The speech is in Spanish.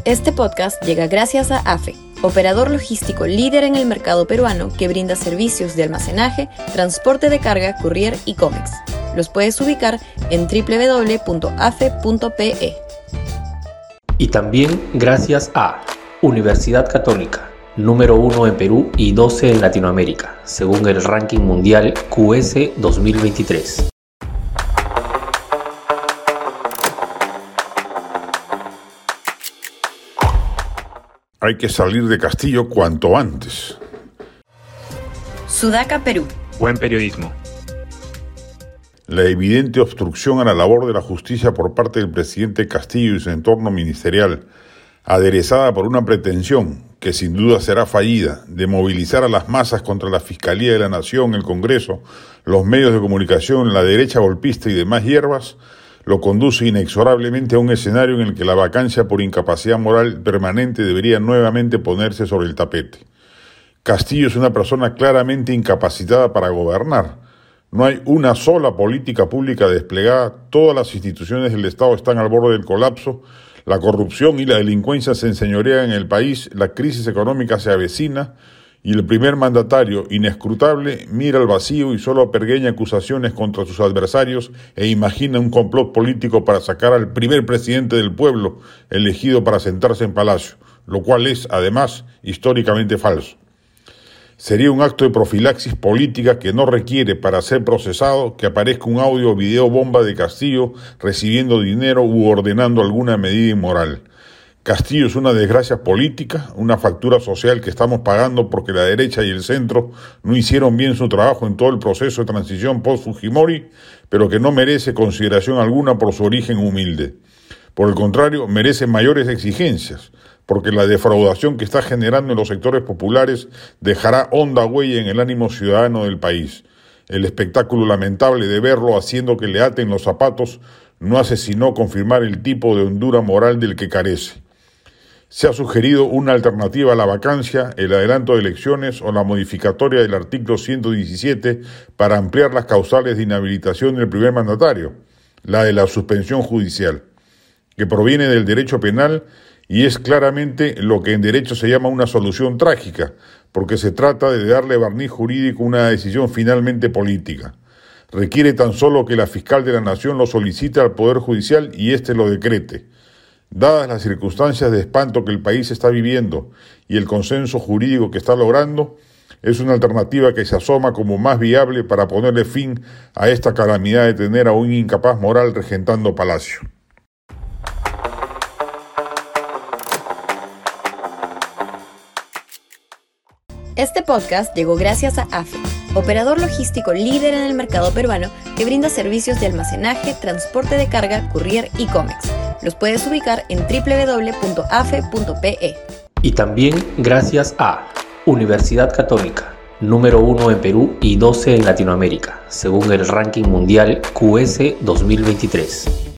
Este podcast llega gracias a AFE, operador logístico líder en el mercado peruano que brinda servicios de almacenaje, transporte de carga, courier y cómics. Los puedes ubicar en www.afe.pe. Y también gracias a Universidad Católica, número 1 en Perú y 12 en Latinoamérica, según el ranking mundial QS 2023. Hay que salir de Castillo cuanto antes. Sudaca, Perú. Buen periodismo. La evidente obstrucción a la labor de la justicia por parte del presidente Castillo y su entorno ministerial, aderezada por una pretensión, que sin duda será fallida, de movilizar a las masas contra la Fiscalía de la Nación, el Congreso, los medios de comunicación, la derecha golpista y demás hierbas, lo conduce inexorablemente a un escenario en el que la vacancia por incapacidad moral permanente debería nuevamente ponerse sobre el tapete. Castillo es una persona claramente incapacitada para gobernar. No hay una sola política pública desplegada, todas las instituciones del Estado están al borde del colapso, la corrupción y la delincuencia se enseñorean en el país, la crisis económica se avecina y el primer mandatario, inescrutable, mira al vacío y solo pergeña acusaciones contra sus adversarios e imagina un complot político para sacar al primer presidente del pueblo elegido para sentarse en palacio, lo cual es, además, históricamente falso. Sería un acto de profilaxis política que no requiere, para ser procesado, que aparezca un audio o video bomba de Castillo recibiendo dinero u ordenando alguna medida inmoral. Castillo es una desgracia política, una factura social que estamos pagando porque la derecha y el centro no hicieron bien su trabajo en todo el proceso de transición post-Fujimori, pero que no merece consideración alguna por su origen humilde. Por el contrario, merece mayores exigencias, porque la defraudación que está generando en los sectores populares dejará honda huella en el ánimo ciudadano del país. El espectáculo lamentable de verlo haciendo que le aten los zapatos no hace sino confirmar el tipo de hondura moral del que carece. Se ha sugerido una alternativa a la vacancia, el adelanto de elecciones o la modificatoria del artículo 117 para ampliar las causales de inhabilitación del primer mandatario, la de la suspensión judicial, que proviene del derecho penal y es claramente lo que en derecho se llama una solución trágica, porque se trata de darle barniz jurídico a una decisión finalmente política. Requiere tan solo que la fiscal de la Nación lo solicite al Poder Judicial y éste lo decrete. Dadas las circunstancias de espanto que el país está viviendo y el consenso jurídico que está logrando, es una alternativa que se asoma como más viable para ponerle fin a esta calamidad de tener a un incapaz moral regentando Palacio. Este podcast llegó gracias a AFE, operador logístico líder en el mercado peruano que brinda servicios de almacenaje, transporte de carga, courier y cómics. Los puedes ubicar en www.afe.pe. Y también gracias a Universidad Católica, número 1 en Perú y 12 en Latinoamérica, según el ranking mundial QS 2023.